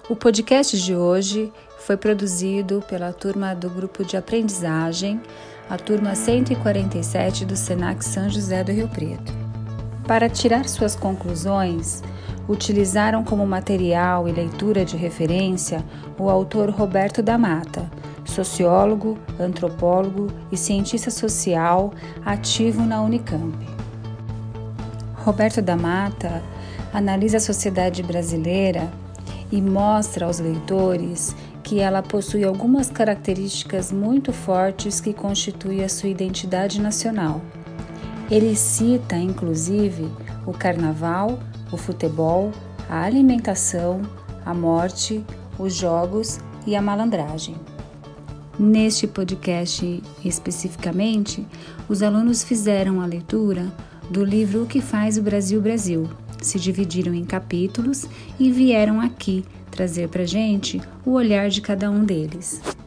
O podcast de hoje foi produzido pela turma do grupo de aprendizagem, a turma 147 do Senac São José do Rio Preto. Para tirar suas conclusões, utilizaram como material e leitura de referência o autor Roberto da Mata, sociólogo, antropólogo e cientista social ativo na Unicamp. Roberto da Mata analisa a sociedade brasileira e mostra aos leitores que ela possui algumas características muito fortes que constituem a sua identidade nacional. Ele cita, inclusive, o carnaval, o futebol, a alimentação, a morte, os jogos e a malandragem. Neste podcast, especificamente, os alunos fizeram a leitura do livro O que faz o Brasil Brasil, se dividiram em capítulos e vieram aqui trazer para a gente o olhar de cada um deles.